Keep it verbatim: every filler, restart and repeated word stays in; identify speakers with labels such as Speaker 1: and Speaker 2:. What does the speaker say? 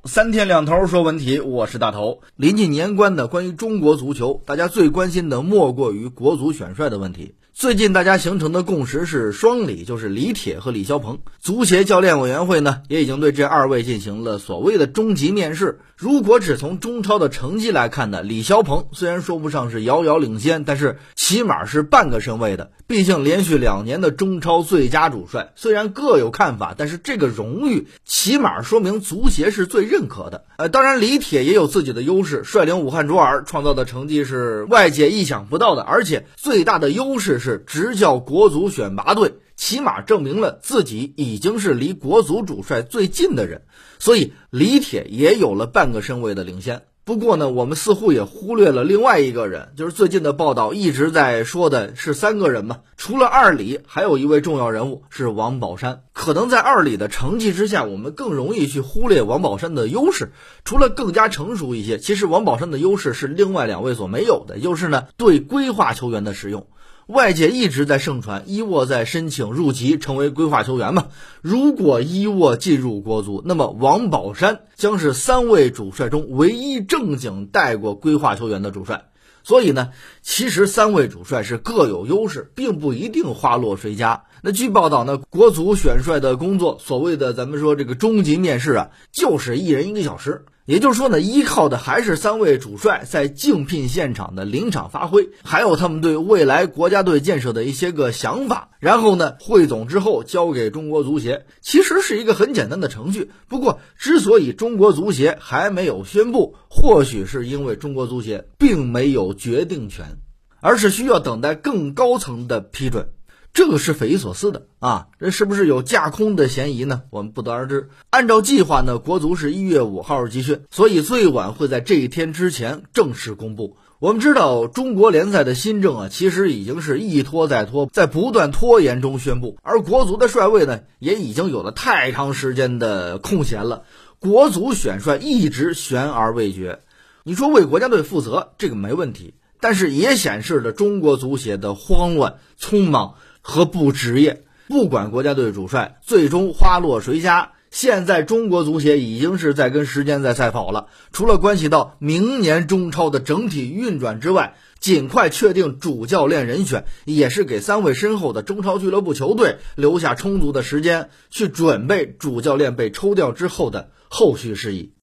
Speaker 1: 三天两头说问题，我是大头。临近年关的关于中国足球，大家最关心的莫过于国足选帅的问题。最近大家形成的共识是双李，就是李铁和李霄鹏。足协教练委员会呢，也已经对这二位进行了所谓的终极面试。如果只从中超的成绩来看呢，李霄鹏虽然说不上是遥遥领先，但是起码是半个身位的。毕竟连续两年的中超最佳主帅，虽然各有看法，但是这个荣誉起码说明足协是最认可的。呃，当然李铁也有自己的优势，率领武汉卓尔创造的成绩是外界意想不到的，而且最大的优势是执教国足选拔队，起码证明了自己已经是离国足主帅最近的人，所以李铁也有了半个身位的领先。不过呢，我们似乎也忽略了另外一个人，就是最近的报道一直在说的是三个人嘛，除了二李，还有一位重要人物是王宝山。可能在二李的成绩之下，我们更容易去忽略王宝山的优势。除了更加成熟一些，其实王宝山的优势是另外两位所没有的，也就是呢对规划球员的使用。外界一直在盛传伊沃在申请入籍成为规划球员嘛，如果伊沃进入国足，那么王宝山将是三位主帅中唯一正经带过规划球员的主帅。所以呢，其实三位主帅是各有优势，并不一定花落谁家。那据报道呢，国足选帅的工作，所谓的咱们说这个终极面试啊，就是一人一个小时。也就是说呢，依靠的还是三位主帅在竞聘现场的临场发挥，还有他们对未来国家队建设的一些个想法，然后呢汇总之后交给中国足协，其实是一个很简单的程序。不过之所以中国足协还没有宣布，或许是因为中国足协并没有决定权，而是需要等待更高层的批准。这个是匪夷所思的啊，这是不是有架空的嫌疑呢？我们不得而知。按照计划呢，国足是一月五号集训，所以最晚会在这一天之前正式公布。我们知道中国联赛的新政啊，其实已经是一拖再拖，在不断拖延中宣布，而国足的帅位呢，也已经有了太长时间的空闲了。国足选帅一直悬而未决。你说为国家队负责，这个没问题，但是也显示了中国足协的慌乱、匆忙和不职业。不管国家队主帅最终花落谁家，现在中国足协已经是在跟时间在赛跑了。除了关系到明年中超的整体运转之外，尽快确定主教练人选，也是给三位身后的中超俱乐部球队留下充足的时间去准备主教练被抽调之后的后续事宜。